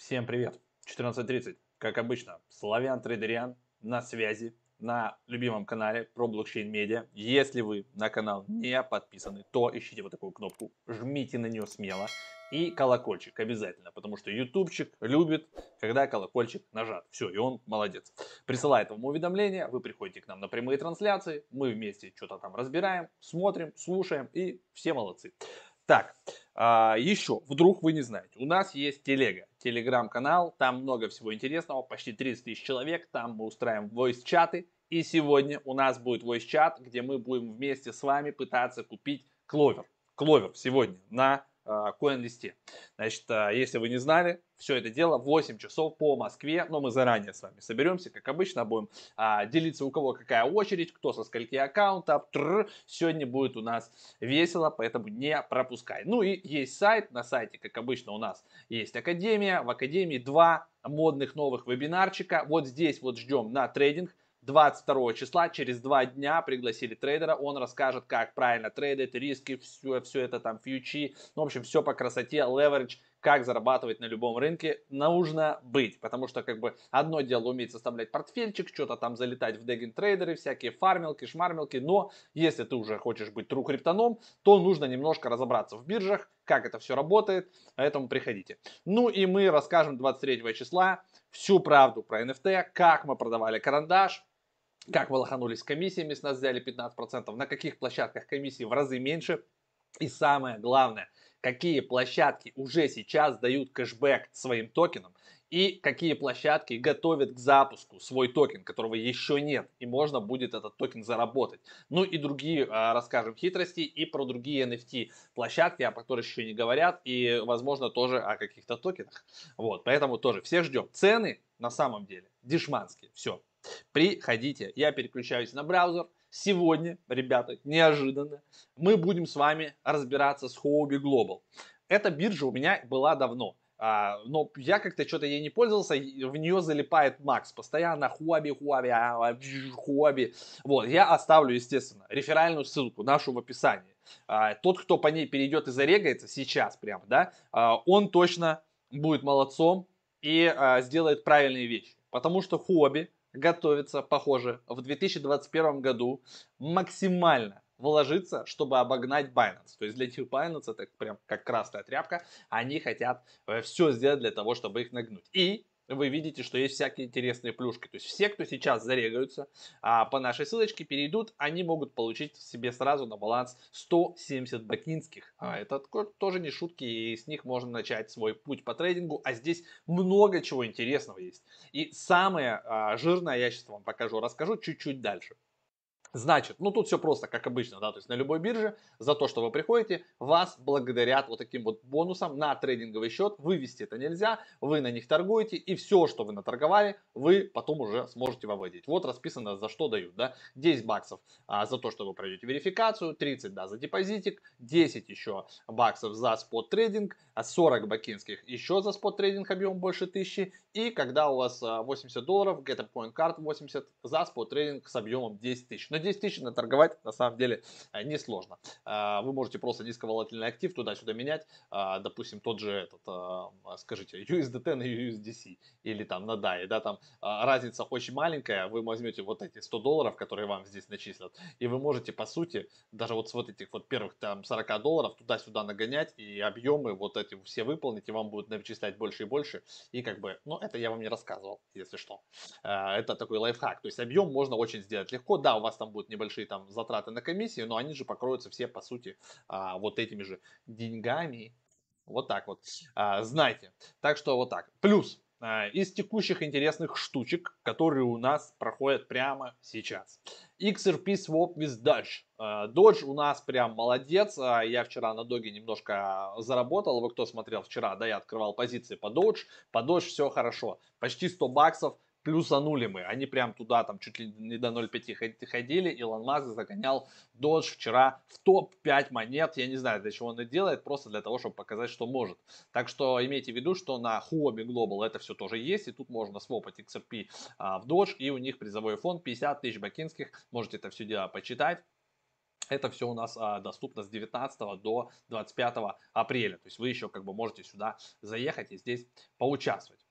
Всем привет! 14:30, как обычно, Славян Трейдериан на связи, на любимом канале про блокчейн медиа. Если вы на канал не подписаны, то ищите вот такую кнопку, жмите на нее смело и колокольчик обязательно, потому что ютубчик любит, когда колокольчик нажат. Все, и он молодец. Присылает вам уведомления, вы приходите к нам на прямые трансляции, мы вместе что-то там разбираем, смотрим, слушаем и все молодцы. Так, еще, вдруг вы не знаете, у нас есть телега, телеграм-канал, там много всего интересного, почти 30 тысяч человек, там мы устраиваем voice-чаты, и сегодня у нас будет voice-чат, где мы будем вместе с вами пытаться купить Clover. Clover сегодня на CoinList. Значит, если вы не знали, все это дело 8 часов по Москве, но мы заранее с вами соберемся, как обычно, будем делиться, у кого какая очередь, кто со скольки аккаунтов. Сегодня будет у нас весело, поэтому не пропускай. Ну и есть сайт, на сайте, как обычно, у нас есть Академия, в Академии 2 модных новых вебинарчика. Вот здесь вот ждем на трейдинг. 22 числа, через 2 дня пригласили трейдера, он расскажет, как правильно трейдить, риски, все это там, фьючи, ну, в общем, все по красоте, leverage, как зарабатывать на любом рынке, нужно быть, потому что, как бы, одно дело уметь составлять портфельчик, что-то там залетать в дегин трейдеры, всякие фармилки, шмармилки, но если ты уже хочешь быть true криптоном, то нужно немножко разобраться в биржах, как это все работает, поэтому приходите. Ну и мы расскажем 23 числа всю правду про NFT, как мы продавали карандаш, как вы лоханулись с комиссиями, с нас взяли 15%, на каких площадках комиссии в разы меньше. И самое главное, какие площадки уже сейчас дают кэшбэк своим токенам и какие площадки готовят к запуску свой токен, которого еще нет, и можно будет этот токен заработать. Ну и другие расскажем хитрости и про другие NFT площадки, о которых еще не говорят, и возможно тоже о каких-то токенах. Вот, поэтому тоже всех ждем. Цены на самом деле дешманские, все. Приходите, я переключаюсь на браузер. Сегодня, ребята, неожиданно, мы будем с вами разбираться с Huobi Global. Эта биржа у меня была давно. Но я как-то что-то ей не пользовался, в нее залипает Макс. Постоянно Huobi. Вот, я оставлю, естественно, реферальную ссылку нашу в описании. Тот, кто по ней перейдет и зарегается сейчас прямо, да, он точно будет молодцом и сделает правильные вещи. Потому что Huobi готовится, похоже, в 2021 году максимально вложиться, чтобы обогнать Binance. То есть для них Binance это прям как красная тряпка. Они хотят все сделать для того, чтобы их нагнуть. И вы видите, что есть всякие интересные плюшки. То есть все, кто сейчас зарегаются по нашей ссылочке, перейдут, они могут получить себе сразу на баланс 170 бакинских. Это тоже не шутки, и с них можно начать свой путь по трейдингу. А здесь много чего интересного есть. И самое жирное я сейчас вам покажу, расскажу чуть-чуть дальше. Значит, ну тут все просто, как обычно, да, то есть на любой бирже за то, что вы приходите, вас благодарят вот таким вот бонусом на трейдинговый счет, вывести это нельзя, вы на них торгуете, и все, что вы наторговали, вы потом уже сможете выводить. Вот расписано, за что дают, да, 10 баксов за то, что вы пройдете верификацию, 30, да, за депозитик, 10 еще баксов за спот трейдинг, 40 бакинских еще за спот трейдинг объем больше 1000, и когда у вас $80, get up coin card 80 за спот трейдинг с объемом 10 тысяч. Но 10 тысяч наторговать на самом деле несложно. Вы можете просто низковолатильный актив туда-сюда менять, допустим, тот же этот, скажите, USDT на USDC или там на DAI, да, там разница очень маленькая, вы возьмете вот эти $100, которые вам здесь начислят, и вы можете, по сути, даже вот с вот этих вот первых там $40 туда-сюда нагонять, и объемы вот эти все выполнить, и вам будут начислять больше и больше, и как бы, ну, это я вам не рассказывал, если что. Это такой лайфхак, то есть объем можно очень сделать легко, да, у вас там будут небольшие там затраты на комиссии, но они же покроются все, по сути, вот этими же деньгами. Вот так вот. Знайте. Так что вот так. Плюс из текущих интересных штучек, которые у нас проходят прямо сейчас. XRP Swap with Dodge. Dodge у нас прям молодец. Я вчера на Доге немножко заработал. Вы кто смотрел вчера, да, я открывал позиции по Dodge. По Dodge все хорошо. Почти 100 баксов плюсанули мы. Они прям туда там чуть ли не до 0,5 ходили. Илон Маск загонял Dodge вчера в топ-5 монет. Я не знаю, для чего он это делает, просто для того, чтобы показать, что может. Так что имейте в виду, что на Huobi Global это все тоже есть. И тут можно свопать XRP в Dodge. И у них призовой фонд 50 тысяч бакинских. Можете это все дело почитать. Это все у нас доступно с 19 до 25 апреля. То есть вы еще как бы можете сюда заехать и здесь поучаствовать.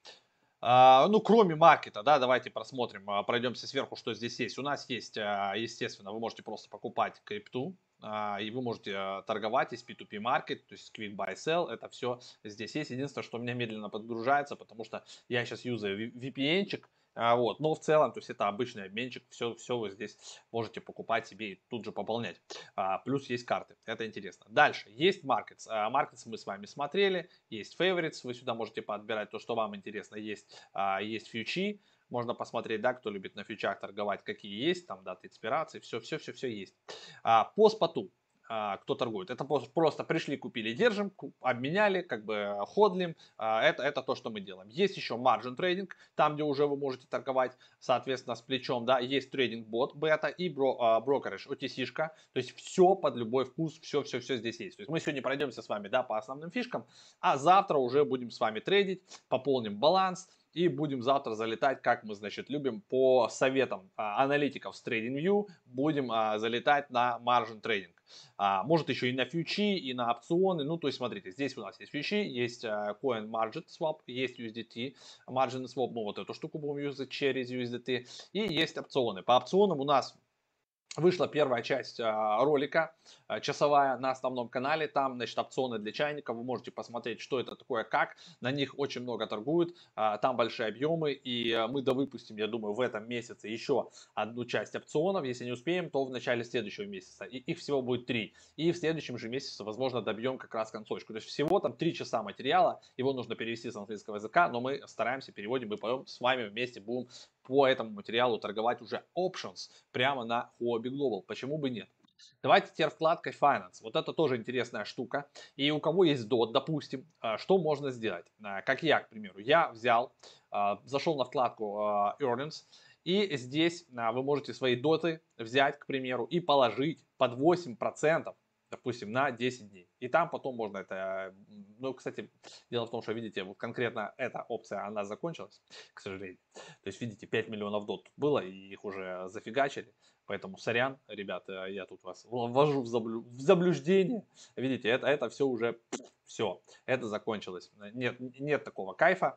Ну, кроме маркета, да, давайте просмотрим, пройдемся сверху, что здесь есть. У нас есть, естественно, вы можете просто покупать крипту, и вы можете торговать, есть P2P маркет, то есть Quick Buy Sell, это все здесь есть. Единственное, что у меня медленно подгружается, потому что я сейчас юзаю VPN-чик, вот, но в целом, то есть это обычный обменчик, все вы здесь можете покупать себе и тут же пополнять. Плюс есть карты, это интересно. Дальше, есть Markets. Markets мы с вами смотрели, есть Favorites, вы сюда можете подбирать то, что вам интересно. Есть фьючи, можно посмотреть, да, кто любит на фьючах торговать, какие есть, там даты экспирации, все есть. По споту, кто торгует. Это просто пришли, купили, держим, обменяли, как бы ходлим. Это то, что мы делаем. Есть еще margin трейдинг, там, где уже вы можете торговать, соответственно, с плечом, да. Есть трейдинг бот бета и брокеридж, OTC-шка. То есть все под любой вкус, все здесь есть. То есть мы сегодня пройдемся с вами, да, по основным фишкам, а завтра уже будем с вами трейдить, пополним баланс, и будем завтра залетать, как мы, значит, любим, по советам аналитиков с TradingView, будем залетать на margin трейдинг. Может еще и на фьючи, и на опционы. Ну, то есть, смотрите, здесь у нас есть фьючи, есть Coin Margin Swap, есть USDT Margin Swap, ну, вот эту штуку будем юзать через USDT, и есть опционы. По опционам у нас вышла первая часть ролика, часовая, на основном канале. Там, значит, опционы для чайников. Вы можете посмотреть, что это такое, как. На них очень много торгуют. Там большие объемы. И мы довыпустим, я думаю, в этом месяце еще одну часть опционов. Если не успеем, то в начале следующего месяца. И их всего будет 3. И в следующем же месяце, возможно, добьем как раз концовочку. То есть всего там 3 часа материала. Его нужно перевести с английского языка. Но мы стараемся, переводим. И потом с вами вместе будем по этому материалу торговать уже options прямо на Huobi Global. Почему бы нет? Давайте теперь вкладкой Finance. Вот это тоже интересная штука. И у кого есть DOT, допустим, что можно сделать? Как я, к примеру, я взял, зашел на вкладку Earnings, и здесь вы можете свои доты взять, к примеру, и положить под 8%, допустим, на 10 дней. И там потом можно это... Ну, кстати, дело в том, что, видите, вот конкретно эта опция, она закончилась, к сожалению. То есть, видите, 5 миллионов дот было, и их уже зафигачили. Поэтому сорян, ребята, я тут вас ввожу в заблуждение. Видите, это все уже, все, это закончилось. Нет такого кайфа.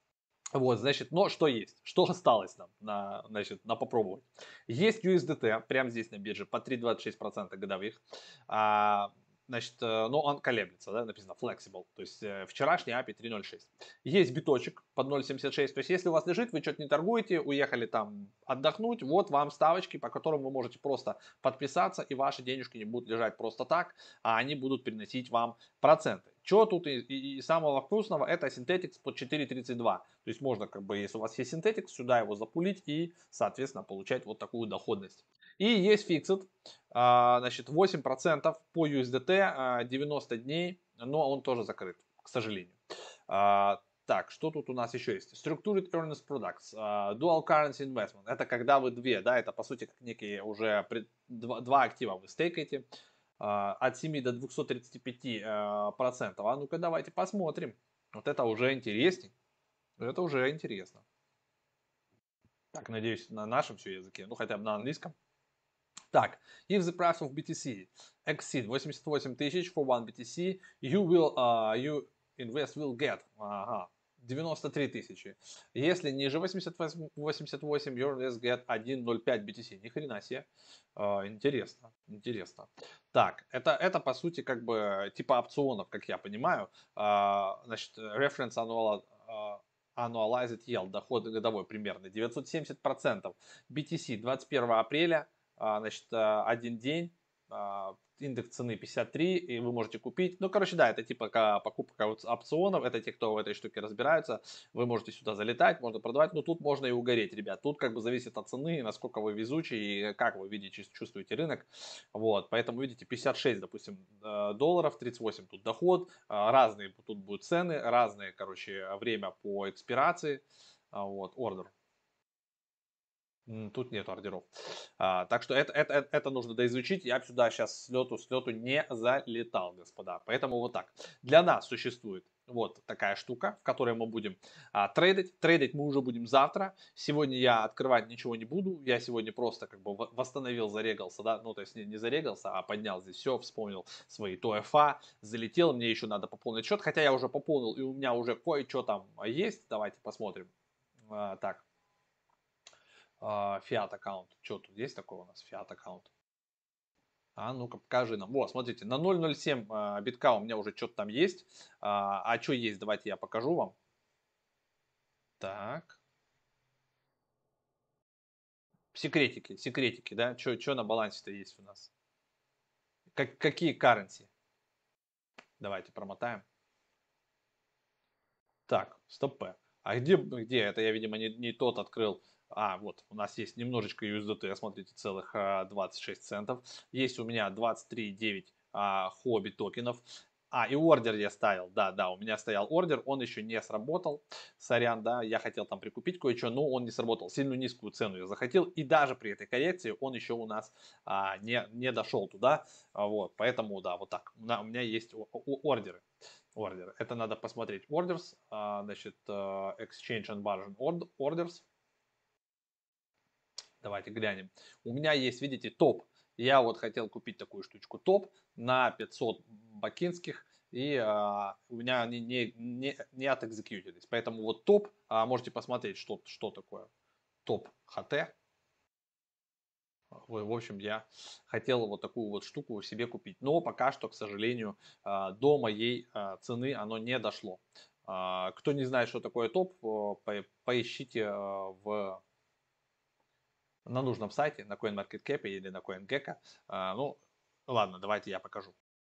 Вот, значит, но что есть? Что осталось нам значит, на попробовать? Есть USDT, прямо здесь на бирже, по 3,26% годовых. Значит, но он колеблется, да, написано flexible, то есть вчерашний API 3.06. Есть биточек под 0.76, то есть если у вас лежит, вы что-то не торгуете, уехали там отдохнуть, вот вам ставочки, по которым вы можете просто подписаться, и ваши денежки не будут лежать просто так, а они будут приносить вам проценты. Что тут и самого вкусного, это Synthetics под 4.32. То есть можно, как бы, если у вас есть Synthetics, сюда его запулить и, соответственно, получать вот такую доходность. И есть Fixed, значит, 8% по USDT, 90 дней, но он тоже закрыт, к сожалению. Так, что тут у нас еще есть? Structured Earnings Products, Dual Currency Investment. Это когда вы две, да, это по сути как некие уже два актива вы стейкаете от 7 до 235 процентов. А ну-ка давайте посмотрим. Вот это уже интересней. Это уже интересно. Так, надеюсь, на нашем все языке, ну хотя бы на английском. Так, if the price of BTC exceed 88 тысяч for one BTC, you invest will get 93 тысячи. Если ниже 88, your invest get 1.05 BTC. Ни хрена себе. Интересно, интересно. Так, это по сути как бы типа опционов, как я понимаю. Значит, reference annualized yield, доход годовой примерно 970%. BTC 21 апреля, значит, один день, индекс цены 53, и вы можете купить. Ну, короче, да, это типа покупка опционов, это те, кто в этой штуке разбираются. Вы можете сюда залетать, можно продавать, но тут можно и угореть, ребят. Тут как бы зависит от цены, насколько вы везучий, и как вы видите, чувствуете рынок. Вот, поэтому, видите, 56, допустим, долларов, 38 тут доход, разные тут будут цены, разные, короче, время по экспирации. Вот, ордер. Тут нет ордеров. Так что это нужно доизучить. Я б сюда сейчас с лету не залетал, господа. Поэтому вот так. Для нас существует вот такая штука, в которой мы будем трейдить. Трейдить мы уже будем завтра. Сегодня я открывать ничего не буду. Я сегодня просто как бы восстановил, зарегался, да, ну то есть не зарегался, а поднял здесь все, вспомнил свои ТОФА, залетел. Мне еще надо пополнить счет, хотя я уже пополнил и у меня уже кое-что там есть. Давайте посмотрим. Так. Фиат аккаунт. Что тут есть такое у нас? Фиат аккаунт. Ну-ка, покажи нам. Вот, смотрите, на 0.07 битка у меня уже что-то там есть. Что есть, давайте я покажу вам. Так. Секретики, да? Что на балансе-то есть у нас? Какие currency? Давайте промотаем. Так, стоп. Где? Это я, видимо, не тот открыл. Вот, у нас есть немножечко USDT, смотрите, целых 26 центов. Есть у меня 23,9 хобби токенов. И ордер я ставил, да, у меня стоял ордер, он еще не сработал, сорян, да, я хотел там прикупить кое-что, но он не сработал, сильно низкую цену я захотел, и даже при этой коррекции он еще у нас не дошел туда, вот, поэтому, да, вот так, у меня есть ордеры. Это надо посмотреть. Orders, значит, Exchange and Margin Orders. Давайте глянем. У меня есть, видите, топ. Я вот хотел купить такую штучку топ на 500 бакинских. И у меня они не отэкзекьютились. Поэтому вот топ, можете посмотреть, что такое топ ХТ. В общем, я хотел вот такую вот штуку себе купить. Но пока что, к сожалению, до моей цены оно не дошло. Кто не знает, что такое топ, поищите на нужном сайте, на CoinMarketCap или на CoinGecko. Ну, ладно, давайте я покажу.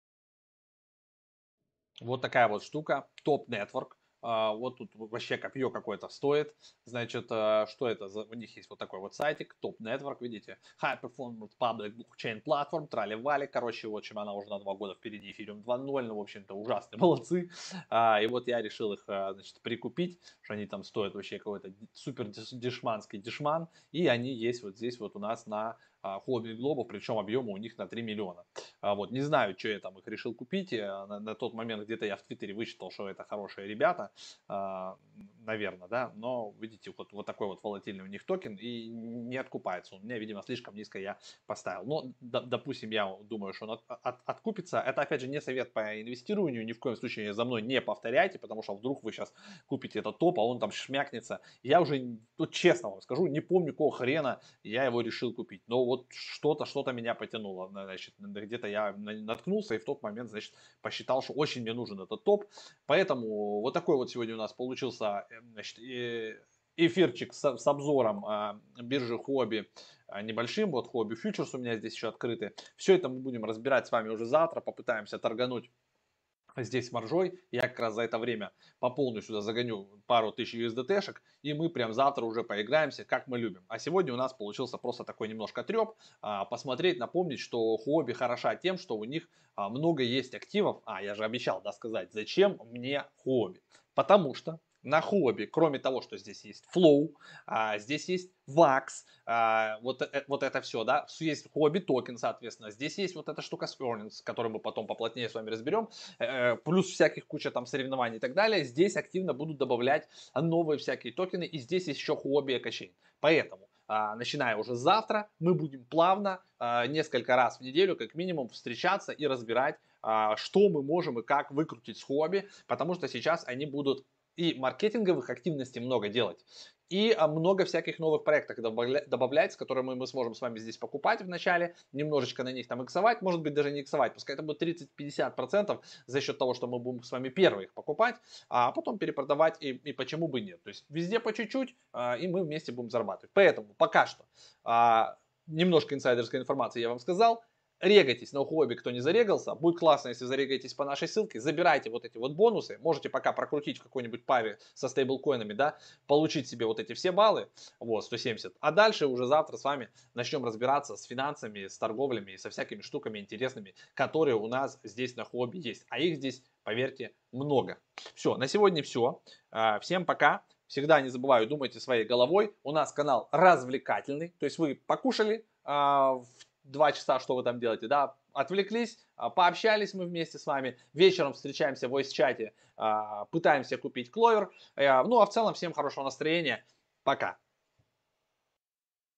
Вот такая вот штука, Top Network. Вот тут вообще копье какое-то стоит. Значит, что это? У них есть вот такой вот сайтик, Top Network, видите? High Performance Public Blockchain Platform, трали-вали. Короче, в общем, она уже на 2 года впереди, Ethereum 2.0. Ну, в общем-то, ужасные молодцы. И вот я решил их, значит, прикупить, что они там стоят вообще какой-то супер дешманский дешман. И они есть вот здесь вот у нас на хобби глобов, причем объемы у них на 3 миллиона. Вот, не знаю, что я там их решил купить. На тот момент где-то я в Твиттере вычитал, что это хорошие ребята, наверное, да. Но, видите, вот такой вот волатильный у них токен и не откупается. Он меня, видимо, слишком низко я поставил. Но, допустим, я думаю, что он откупится. Это, опять же, не совет по инвестированию. Ни в коем случае за мной не повторяйте, потому что вдруг вы сейчас купите этот топ, а он там шмякнется. Я уже, тут честно вам скажу, не помню, какого хрена я его решил купить. Но вот что-то меня потянуло. Значит, где-то я наткнулся и в тот момент, значит, посчитал, что очень мне нужен этот топ. Поэтому вот такой вот сегодня у нас получился, значит, эфирчик с обзором биржи Хобби небольшим. Вот Хобби Фьючерс у меня здесь еще открыты. Все это мы будем разбирать с вами уже завтра. Попытаемся торгануть здесь маржой. Я как раз за это время пополню сюда, загоню пару тысяч USDT-шек, и мы прям завтра уже поиграемся, как мы любим. А сегодня у нас получился просто такой немножко треп. Посмотреть, напомнить, что Хобби хороша тем, что у них много есть активов. Я же обещал, да, сказать, зачем мне Хобби. Потому что на Хобби, кроме того, что здесь есть Flow, здесь есть VAX, вот это все, да, есть Хобби токен, соответственно, здесь есть вот эта штука с Earnings, которую мы потом поплотнее с вами разберем, плюс всяких куча там соревнований и так далее. Здесь активно будут добавлять новые всякие токены, и здесь есть еще Huobi Ecochain. Поэтому, начиная уже завтра, мы будем плавно, несколько раз в неделю, как минимум, встречаться и разбирать, что мы можем и как выкрутить с Huobi, потому что сейчас они будут и маркетинговых активностей много делать, и много всяких новых проектов добавлять, с которыми мы сможем с вами здесь покупать в начале, немножечко на них там иксовать, может быть даже не иксовать, пускай это будет 30-50% за счет того, что мы будем с вами первые их покупать, а потом перепродавать, и почему бы нет. То есть везде по чуть-чуть, и мы вместе будем зарабатывать. Поэтому пока что немножко инсайдерской информации я вам сказал. Регайтесь на Хобби, кто не зарегался. Будет классно, если зарегаетесь по нашей ссылке. Забирайте вот эти вот бонусы. Можете пока прокрутить в какой-нибудь паре со стейблкоинами, да, получить себе вот эти все баллы, вот, 170. А дальше уже завтра с вами начнем разбираться с финансами, с торговлями и со всякими штуками интересными, которые у нас здесь на Хобби есть. А их здесь, поверьте, много. Все, на сегодня все. Всем пока. всегда не забываю, думайте своей головой. У нас канал развлекательный, то есть вы покушали в 2 часа, что вы там делаете, да, отвлеклись, пообщались мы вместе с вами, вечером встречаемся в voice-чате, пытаемся купить кловер. Ну, а в целом всем хорошего настроения. Пока.